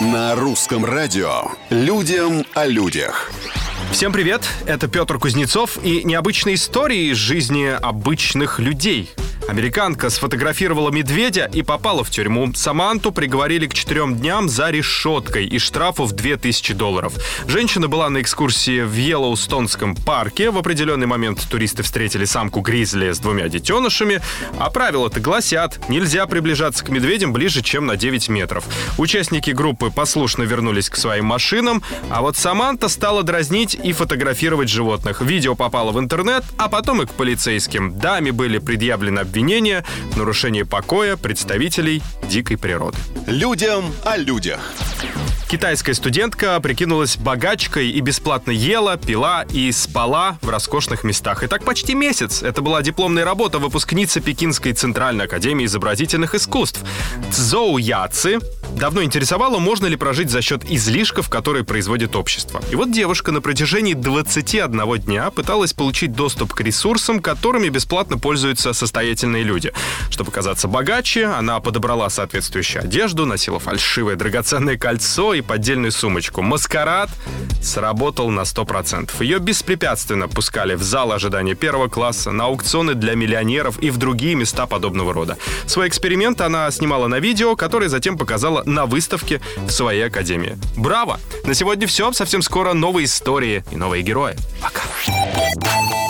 На русском радио «Людям о людях». Всем привет, это Петр Кузнецов и необычные истории из жизни обычных людей. Американка сфотографировала медведя и попала в тюрьму. Саманту приговорили к 4 дням за решеткой и штрафу в $2000. Женщина была на экскурсии в Йеллоустонском парке. В определенный момент туристы встретили самку гризли с 2 детенышами. А правила-то гласят, нельзя приближаться к медведям ближе, чем на 9 метров. Участники группы послушно вернулись к своим машинам, а вот Саманта стала дразнить и фотографировать животных. Видео попало в интернет, а потом и к полицейским. Даме были предъявлены обвинения в нарушении покоя представителей дикой природы. Людям о людях. Китайская студентка прикинулась богачкой и бесплатно ела, пила и спала в роскошных местах. И так почти месяц. Это была дипломная работа выпускницы Пекинской Центральной Академии изобразительных искусств. Цзоу Яци давно интересовало, можно ли прожить за счет излишков, которые производит общество. И вот девушка на протяжении 21 дня пыталась получить доступ к ресурсам, которыми бесплатно пользуются состоятельные люди. Чтобы казаться богаче, она подобрала соответствующую одежду, носила фальшивое драгоценное кольцо и поддельную сумочку. Маскарад сработал на 100%. Ее беспрепятственно пускали в зал ожидания 1 класса, на аукционы для миллионеров и в другие места подобного рода. Свой эксперимент она снимала на видео, которое затем показала на выставке в своей академии. Браво! На сегодня все. Совсем скоро новые истории и новые герои. Пока!